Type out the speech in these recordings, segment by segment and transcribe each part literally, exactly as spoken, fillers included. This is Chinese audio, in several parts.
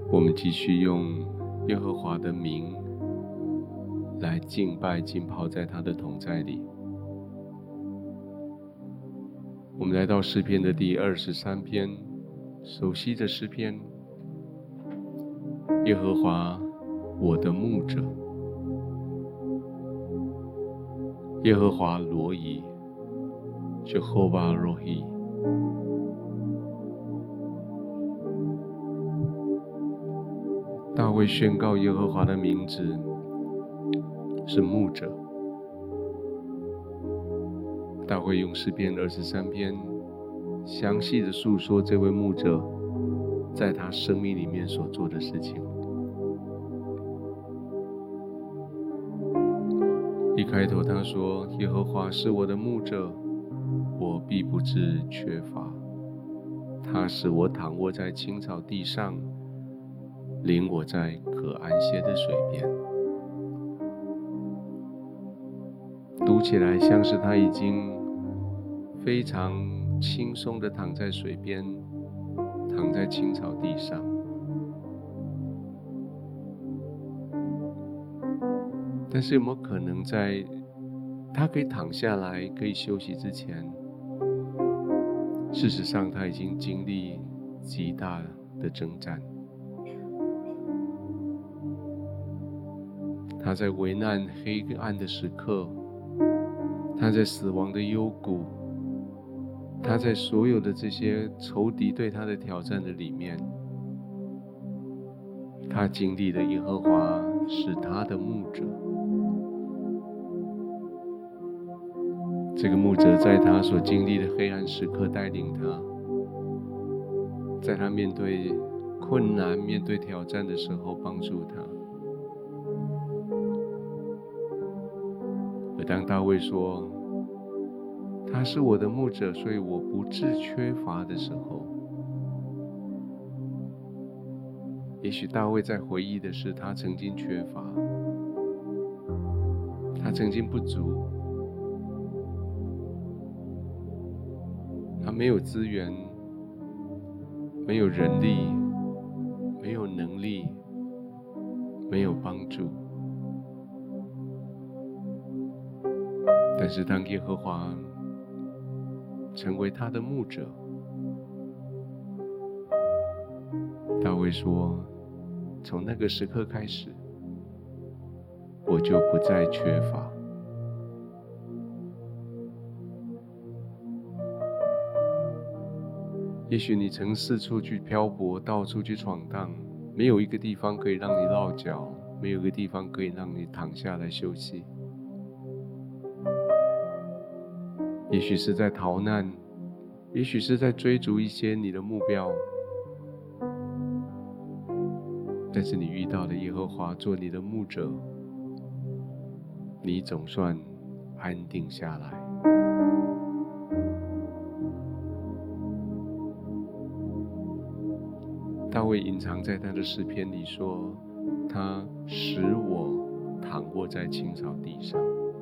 我们继续用耶和华的名来敬拜浸泡在他的同在里。我们来到诗篇的第二十三篇，熟悉的诗篇。耶和华我的牧者，耶和华罗以 Jehovah Rohi。 大卫宣告耶和华的名字是牧者。大卫用诗篇二十三篇详细的述说这位牧者在他生命里面所做的事情。一开头他说，耶和华是我的牧者，我必不致缺乏。他使我躺卧在青草地上，领我在可安歇的水边。读起来像是他已经非常轻松地躺在水边，躺在青草地上。但是有没有可能在他可以躺下来可以休息之前，事实上他已经经历极大的征战。他在危难黑暗的时刻，他在死亡的幽谷，他在所有的这些仇敌对他的挑战的里面，他经历了耶和华是他的牧者。这个牧者在他所经历的黑暗时刻带领他，在他面对困难面对挑战的时候帮助他。而当大卫说他是我的牧者，所以我不致缺乏的时候，也许大卫在回忆的是他曾经缺乏，他曾经不足，他没有资源，没有人力，没有能力，没有帮助。但是当耶和华成为他的牧者，大卫说，从那个时刻开始，我就不再缺乏。也许你曾四处去漂泊，到处去闯荡，没有一个地方可以让你落脚，没有一个地方可以让你躺下来休息。也许是在逃难，也许是在追逐一些你的目标，但是你遇到了耶和华做你的牧者，你总算安定下来。大卫隐藏在他的诗篇里说，他使我躺卧在青草地上。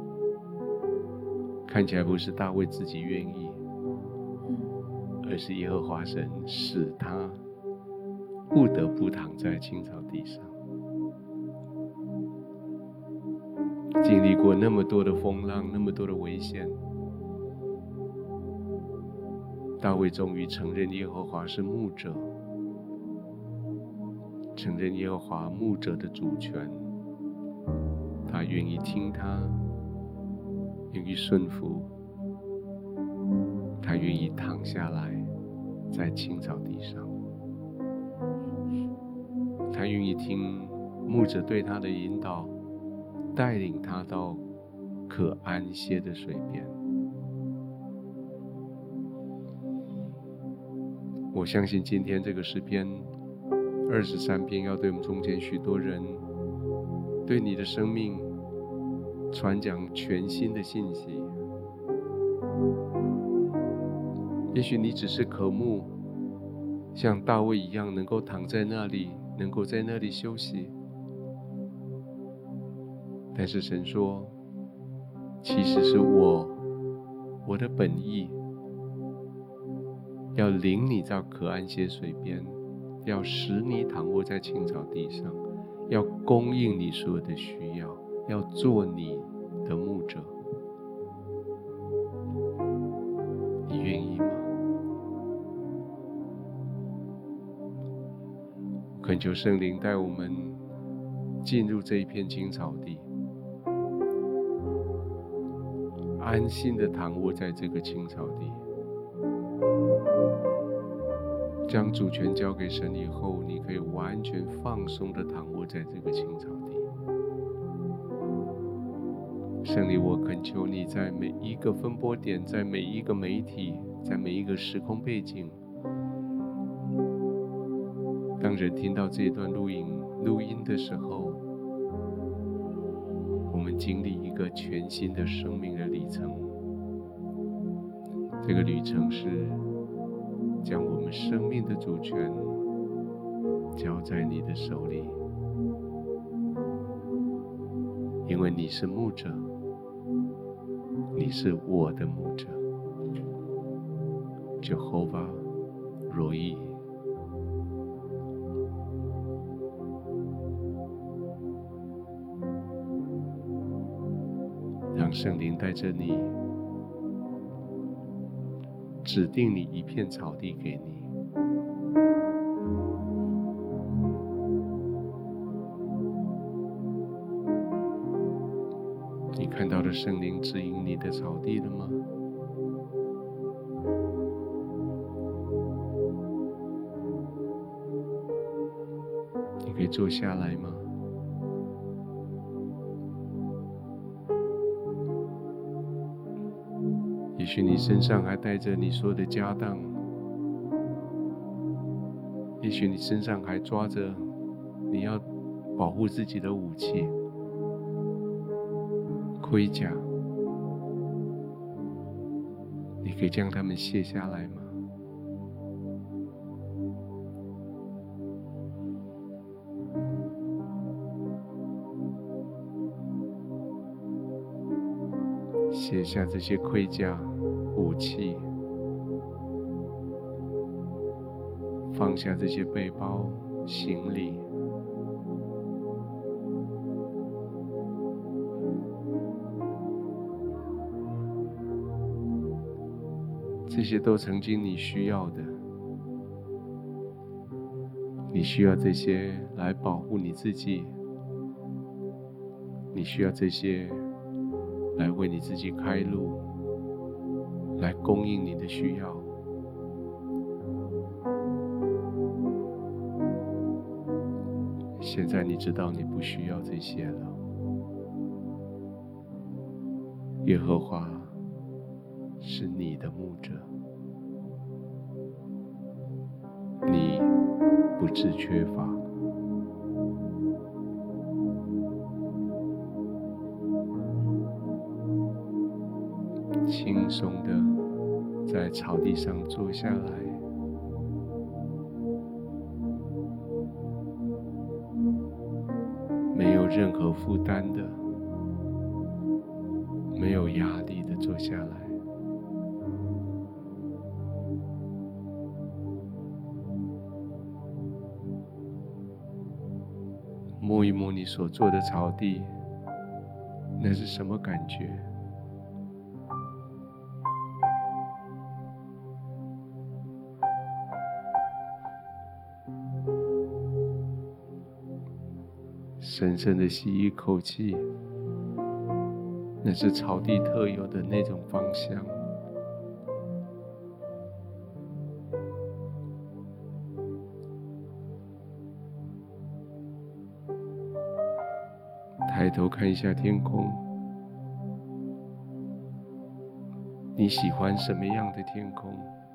看起来不是大卫自己愿意，而是耶和华神使他不得不躺在青草地上。经历过那么多的风浪，那么多的危险，大卫终于承认耶和华是牧者，承认耶和华牧者的主权，他愿意听他，愿意顺服，他愿意躺下来在青草地上，他愿意听牧者对他的引导，带领他到可安歇的水边。我相信今天这个诗篇二十三篇要对我们中间许多人，对你的生命传讲全新的信息。也许你只是渴慕像大卫一样能够躺在那里，能够在那里休息，但是神说，其实是我我的本意要领你到可安歇水边， 要使你躺卧在青草地上，要供应你所有的需要，要做你的牧者。你愿意吗？恳求圣灵带我们进入这一片青草地，安心的躺卧在这个青草地。将主权交给神以后，你可以完全放松的躺卧在这个青草地。圣灵，我恳求你在每一个分拨点，在每一个媒体，在每一个时空背景，当人听到这一段录音录音的时候，我们经历一个全新的生命的里程。这个旅程是将我们生命的主权交在你的手里，因为你是牧者，你是我的牧者。Jehovah Roi。让圣灵带着你，指定你一片草地给你。你看到了圣灵指引你的草地了吗？你可以坐下来吗？也许你身上还带着你所有的家当，也许你身上还抓着你要保护自己的武器、盔甲，你可以将它们卸下来吗？卸下这些盔甲、武器，放下这些背包、行李，这些都曾经你需要的，你需要这些来保护你自己，你需要这些来为你自己开路，来供应你的需要。现在你知道你不需要这些了。耶和华是你的牧者，你不致缺乏。轻松的在草地上坐下来，没有任何负担的，没有压力的坐下来。摸一摸你所坐的草地，那是什么感觉？深深的吸一口气，那是草地特有的那种芳香。抬头看一下天空，你喜欢什么样的天空？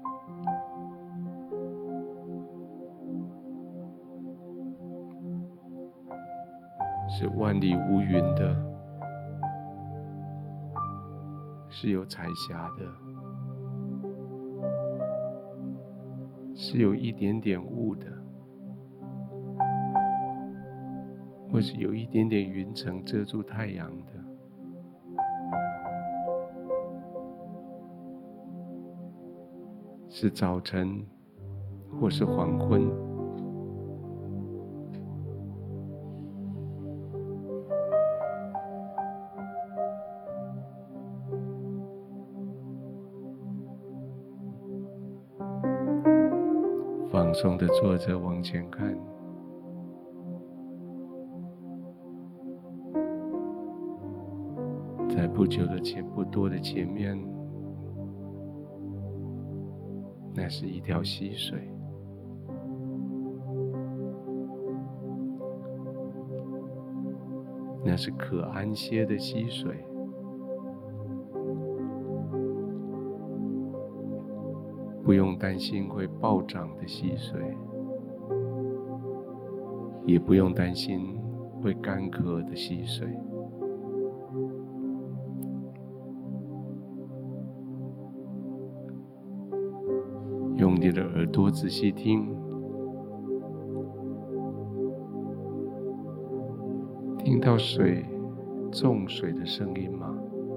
是万里无云的，是有彩霞的，是有一点点雾的，或是有一点点云层遮住太阳的。是早晨，或是黄昏， 松的坐着往前看，在不久的前不多的前面，那是一条溪水，那是可安歇的溪水，不用担心会暴涨的溪水，也不用担心会干渴的溪水。用你的耳朵仔细听，听到水重水的声音吗？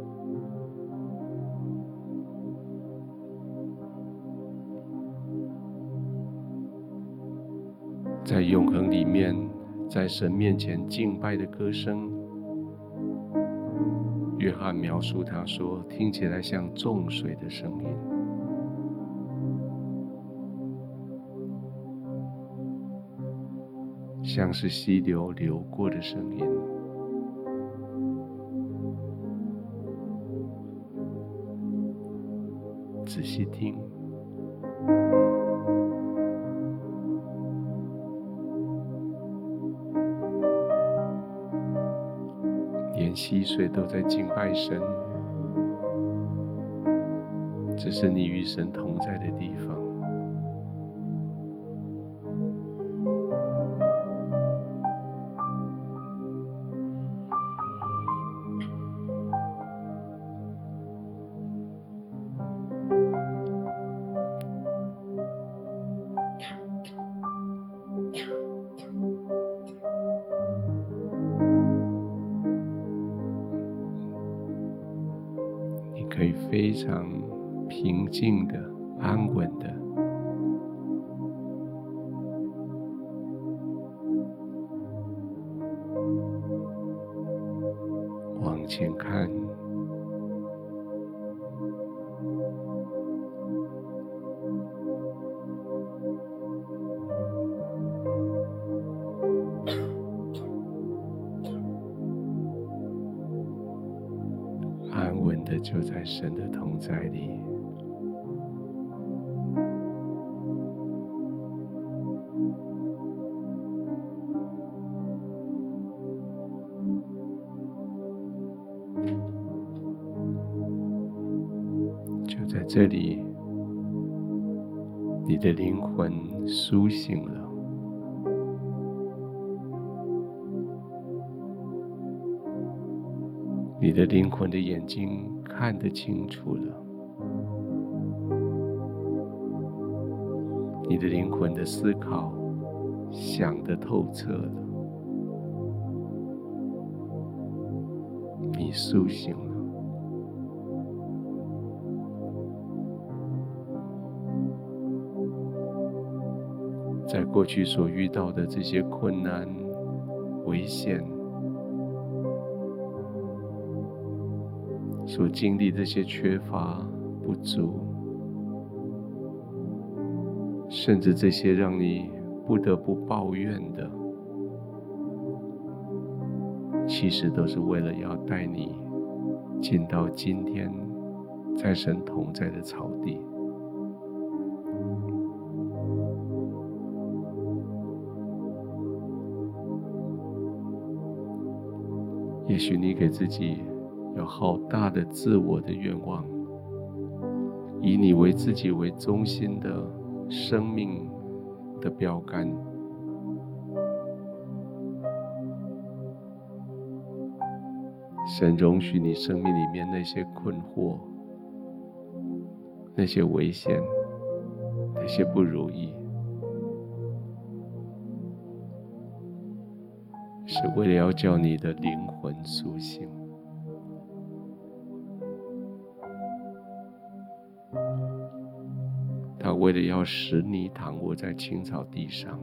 在永恒里面，在神面前敬拜的歌声，约翰描述他说，听起来像重水的声音，像是溪流流过的声音。仔细听，连溪水都在敬拜神，这是你与神同在的地方。可以非常平静的、安稳的往前看，安稳的就在神的同在里。就在这里，你的灵魂苏醒了，你的灵魂的眼睛看得清楚了，你的灵魂的思考想得透彻了，你苏醒了。在过去所遇到的这些困难、危险，所经历这些缺乏、不足，甚至这些让你不得不抱怨的，其实都是为了要带你进到今天在神同在的草地。也许你给自己有好大的自我的愿望，以你为自己为中心的生命的标杆，神容许你生命里面那些困惑、那些危险、那些不如意，是为了要叫你的灵魂苏醒。他为了要使你躺卧在青草地上，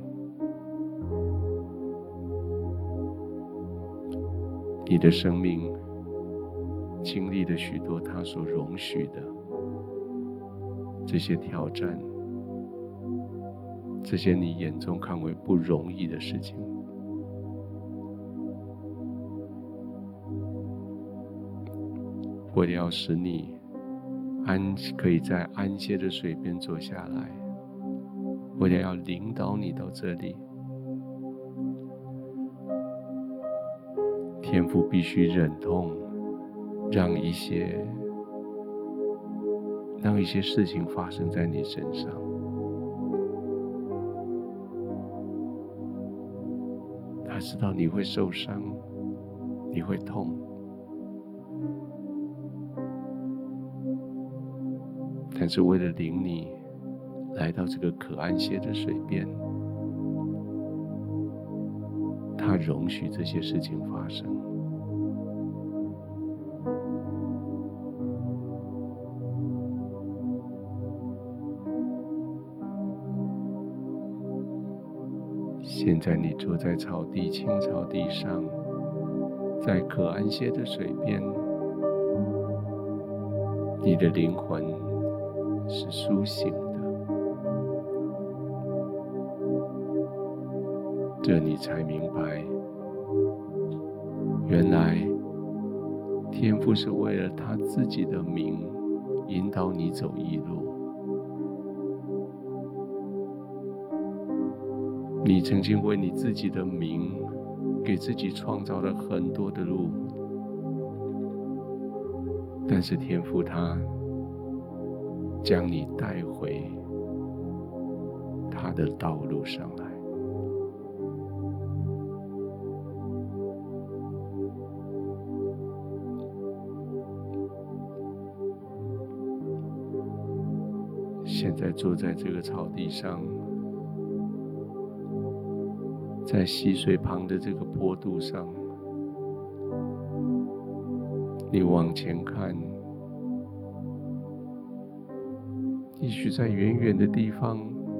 你的生命经历了许多他所容许的这些挑战， 这些你眼中看为不容易的事情。为了要使你安可以在安歇的水边坐下来，为了要领导你到这里，天父必须忍痛让一些让一些事情发生在你身上。他知道你会受伤，你会痛，但是为了领你来到这个可安歇的水边，他容许这些事情发生。现在你坐在草地青草地上，在可安歇的水边，你的灵魂是苏醒的，这你才明白，原来天父是为了他自己的名引导你走义路。你曾经为你自己的名给自己创造了很多的路，但是天父他将你带回他的道路上来。现在坐在这个草地上，在溪水旁的这个坡度上，你往前看，也许在远远的地方，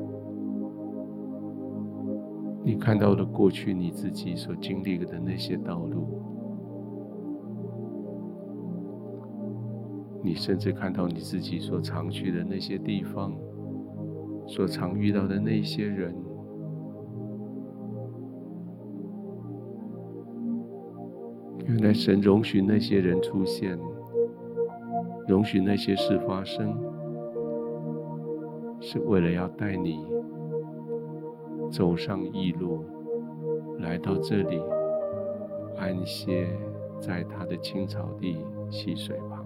你看到了过去你自己所经历的那些道路，你甚至看到你自己所常去的那些地方，所常遇到的那些人。原来神容许那些人出现，容许那些事发生，是为了要带你走上义路，来到这里安歇在他的青草地溪水旁。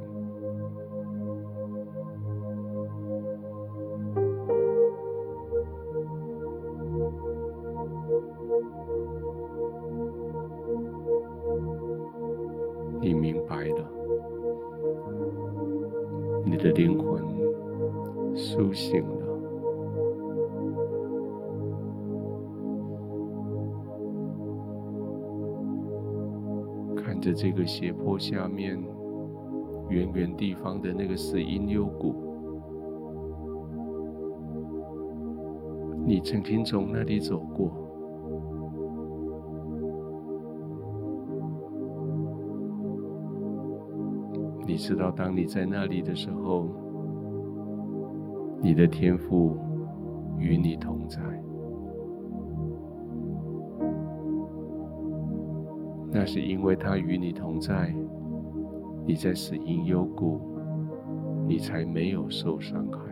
你明白了，你的灵魂苏醒了。看着这个斜坡下面远远地方的那个死荫幽谷，你曾经从那里走过。你知道，当你在那里的时候，你的天父与你同在。那是因为他与你同在，你在死荫幽谷，你才没有受伤害。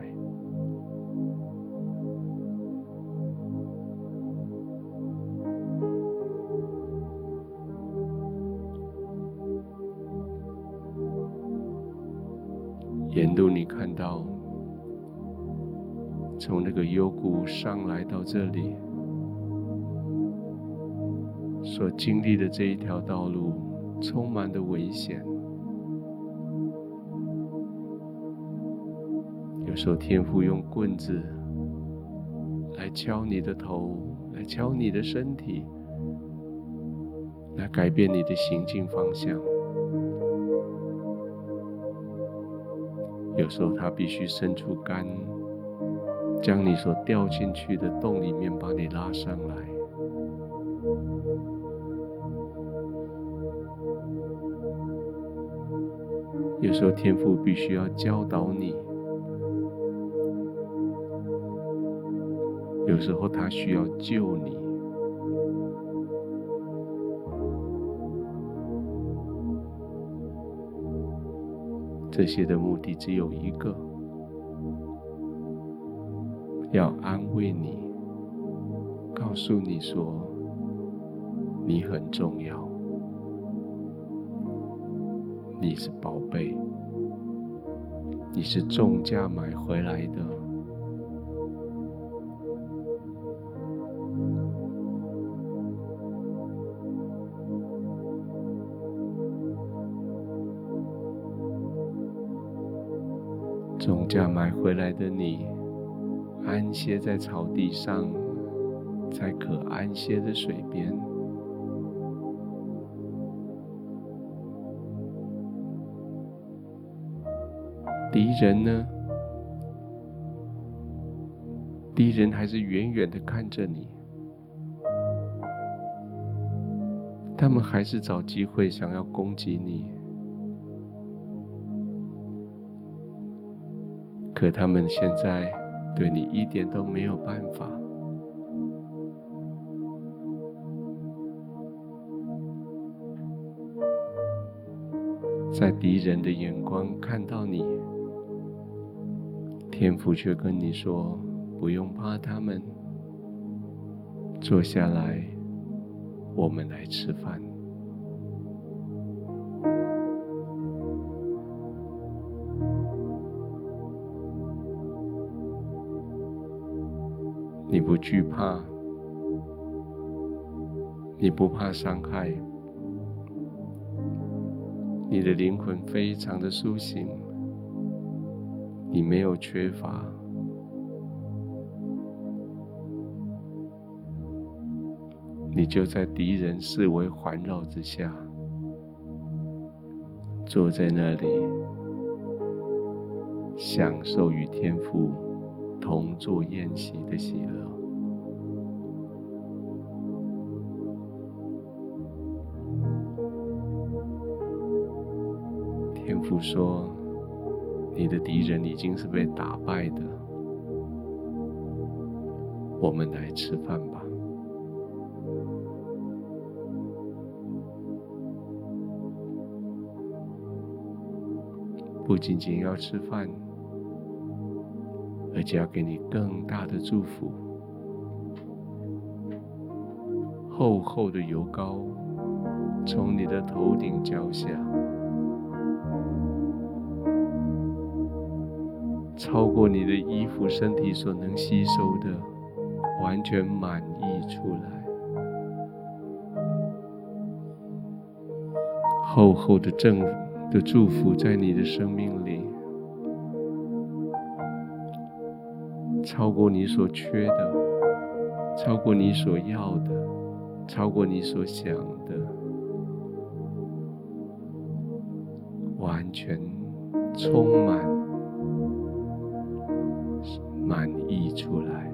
沿路你看到，从那个幽谷上来到这里，所经历的这一条道路充满了危险。有时候天父用棍子来敲你的头，来敲你的身体，来改变你的行进方向。有时候他必须伸出竿，将你所掉进去的洞里面把你拉上来。有时候天父必须要教导你，有时候他需要救你。这些的目的只有一个，要安慰你，告诉你说你很重要，你是宝贝，你是重价买回来的。重价买回来的你，安歇在草地上，在可安歇的水边。敌人呢？敌人还是远远地看着你，他们还是找机会想要攻击你。可他们现在对你一点都没有办法。在敌人的眼光看到你，天父却跟你说，不用怕他们，坐下来，我们来吃饭。你不惧怕，你不怕伤害，你的灵魂非常的苏醒，你没有缺乏，你就在敌人四围环绕之下，坐在那里，享受与天父同坐宴席的喜乐。天父说，你的敌人已经是被打败的，我们来吃饭吧。不仅仅要吃饭，而且要给你更大的祝福。厚厚的油膏从你的头顶浇下，超过你的衣服身体所能吸收的，完全满溢出来。厚厚的正的祝福在你的生命里，超过你所缺的，超过你所要的，超过你所想的，完全充满满溢出来。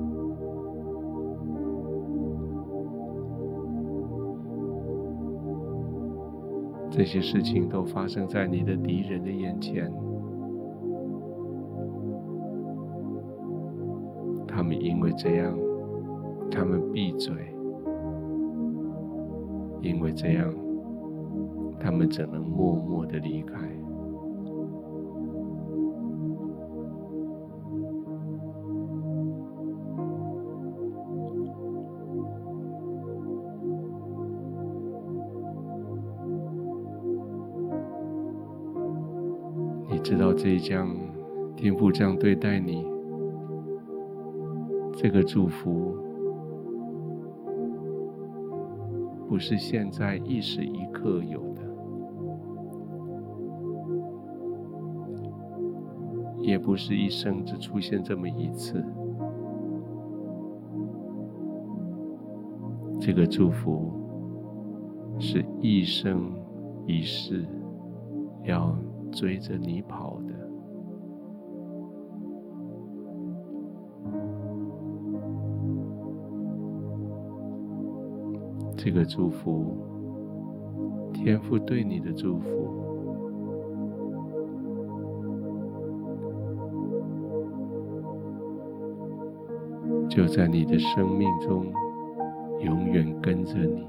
这些事情都发生在你的敌人的眼前，他们因为这样，他们闭嘴，因为这样，他们只能默默地离开。你知道这一样，天父这样对待你，这个祝福不是现在一时一刻有的，也不是一生只出现这么一次。这个祝福是一生一世要追着你跑的。这个祝福，天父对你的祝福， 就在你的生命中永远跟着你，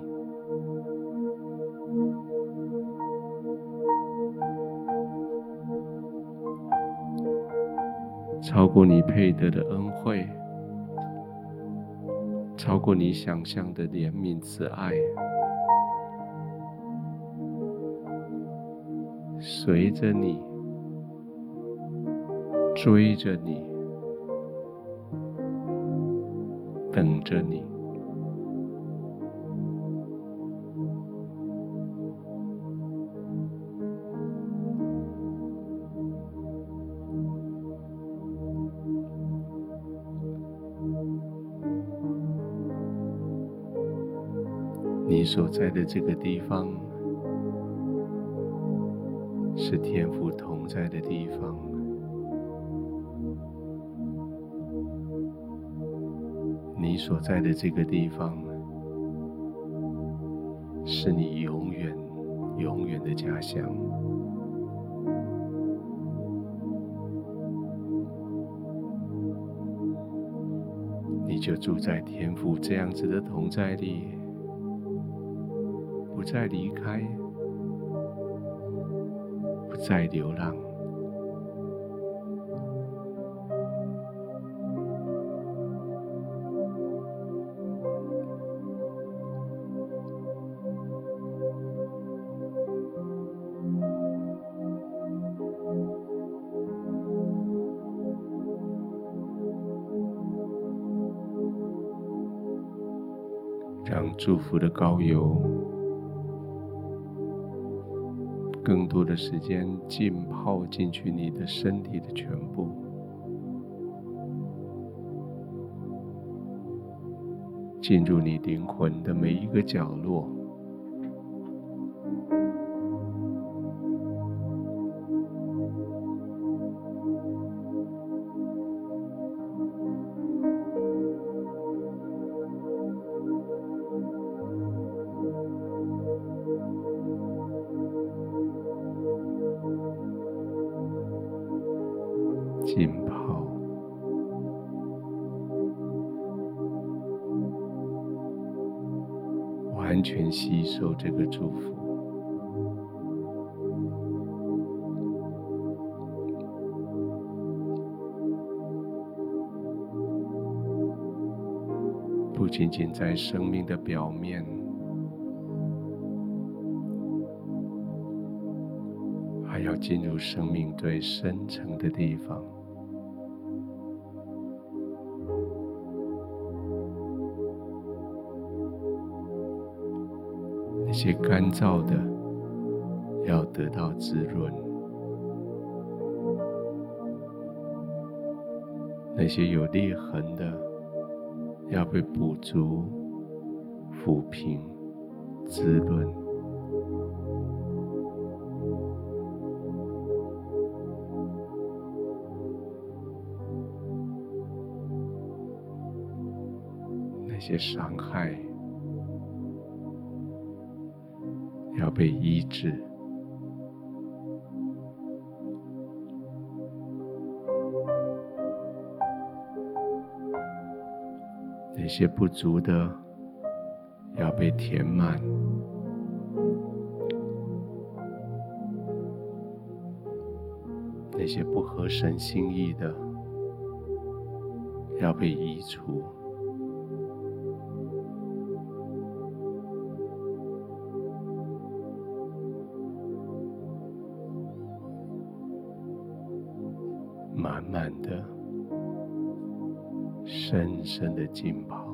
超过你配得的恩惠，超过你想象的怜悯慈爱，随着你，追着你，等着你。你所在的这个地方，是天父同在的地方。你所在的这个地方，是你永远、永远的家乡。你就住在天父这样子的同在里，不再离开，不再流浪。让祝福的膏油更多的时间浸泡进去你的身体的全部，进入你灵魂的每一个角落，浸泡，完全吸收这个祝福。不仅仅在生命的表面，还要进入生命最深层的地方。那些干燥的要得到滋润，那些有裂痕的要被补足、抚平、滋润。那些伤害要被医治，那些不足的要被填满，那些不合神心意的要被移除。满满的、深深的浸泡。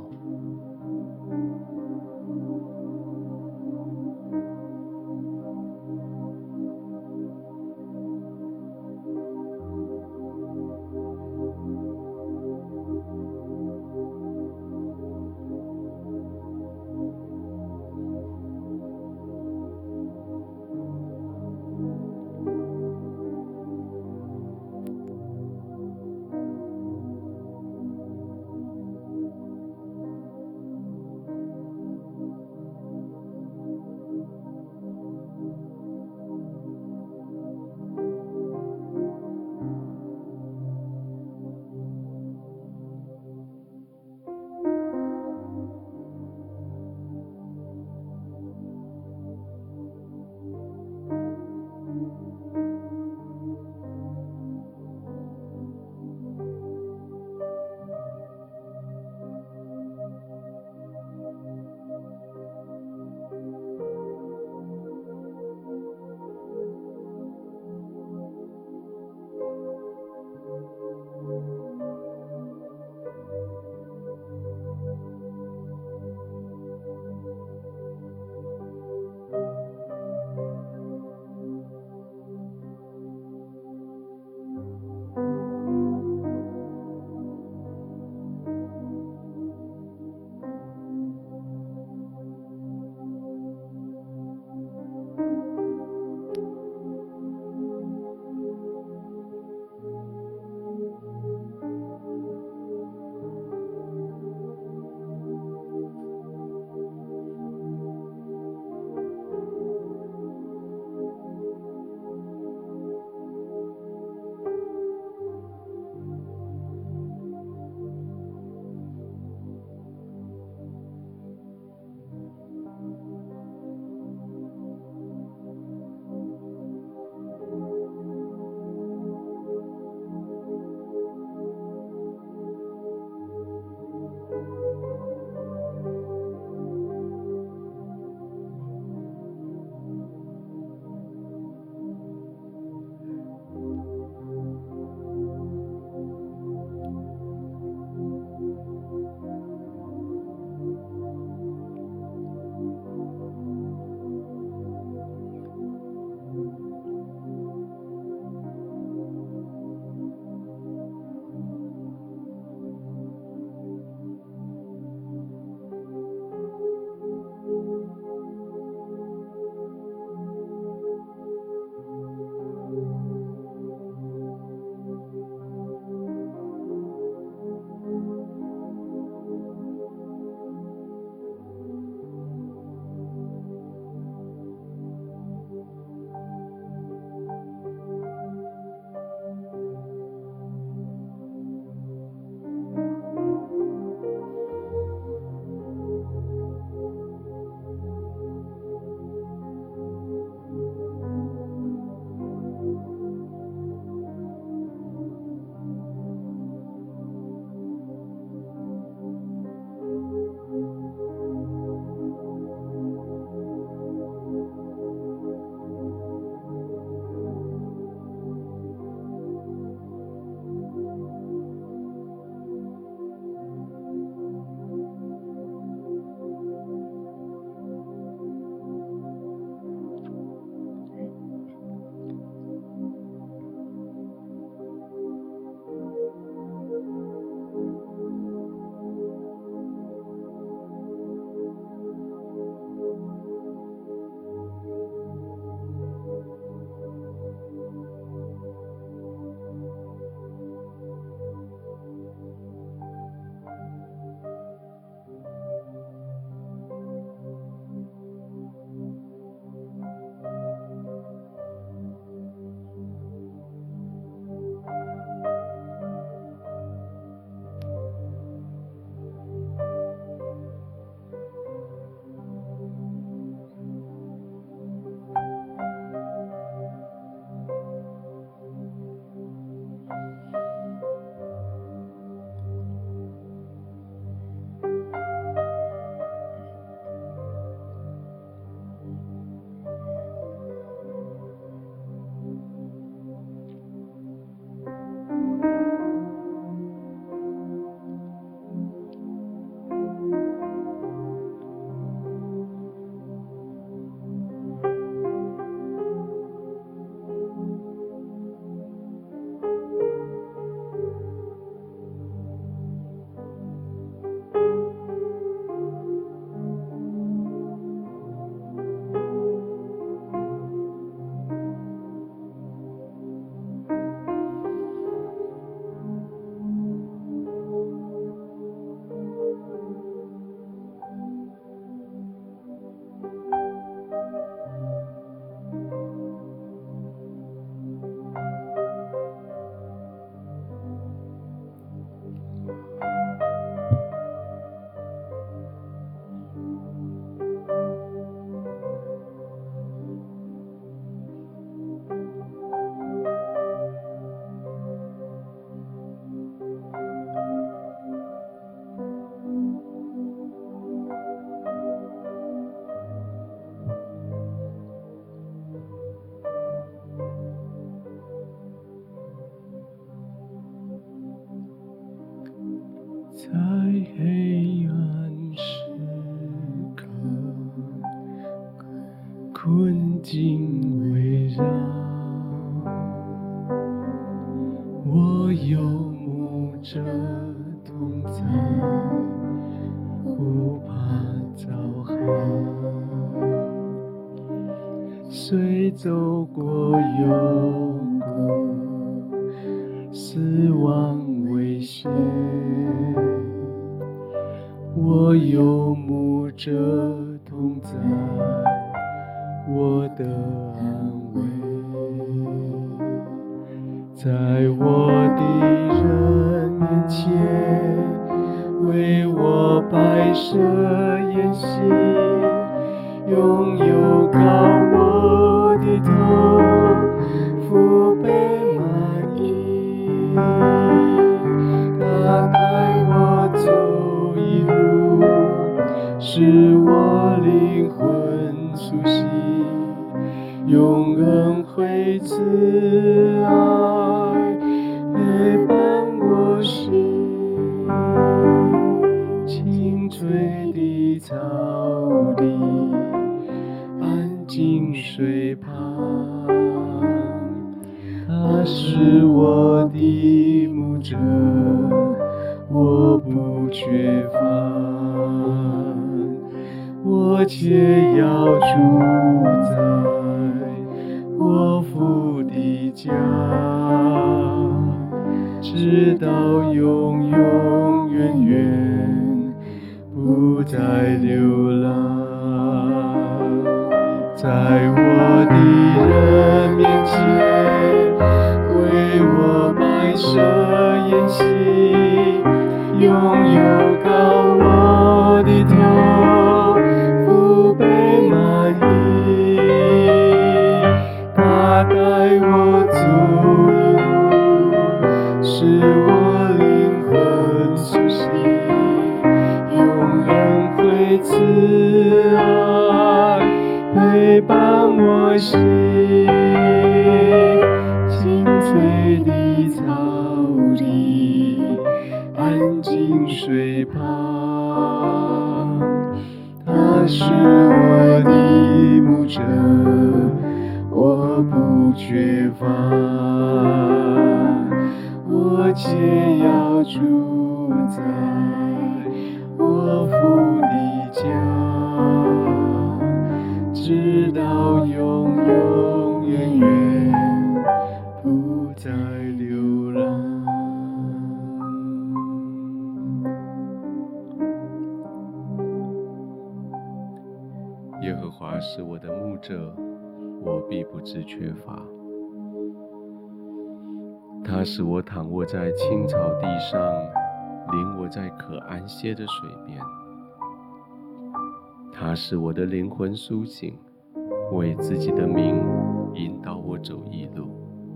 黑暗时刻，困境围绕，我有牧者同在，不怕遭害。虽走过幽谷，死亡危险，我有牧者同在，我的安慰。在我的人面前，为我摆设筵席，拥有高我的头，福杯满溢。他带我走一路，使我灵魂苏醒，用恩惠慈爱陪伴我心。青翠的草地，安静水旁，他是我的牧者，我不缺乏。我且要住在我父的家，直到永永远远，不再流浪。在我的人面前，为我摆设筵席，拥有高我的头，福杯满溢。他带我走一路，使我灵魂苏醒，用恩惠慈爱陪伴我心。青翠的草地，安静水旁，他是我的牧者，我不缺乏。我且要住在我父的家，直到永永远远，不再流浪。耶和华是我的牧者，我必不致缺乏。他使我躺卧在青草地上，领我在可安歇的水边。他使我的灵魂苏醒，为自己的名引导我走义路。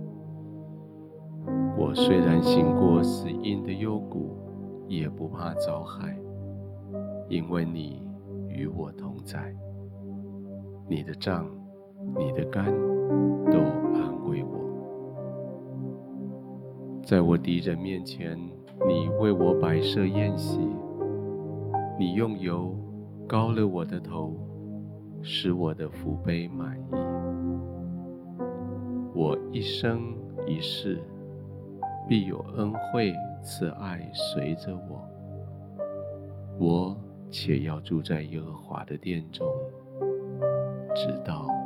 我虽然行过死荫的幽谷，也不怕遭害，因为你与我同在。你的杖，你的竿都安慰我。在我敌人面前，你为我摆设宴席，你用油膏了我的头，使我的福杯满溢。我一生一世必有恩惠慈爱随着我，我且要住在耶和华的殿中，直到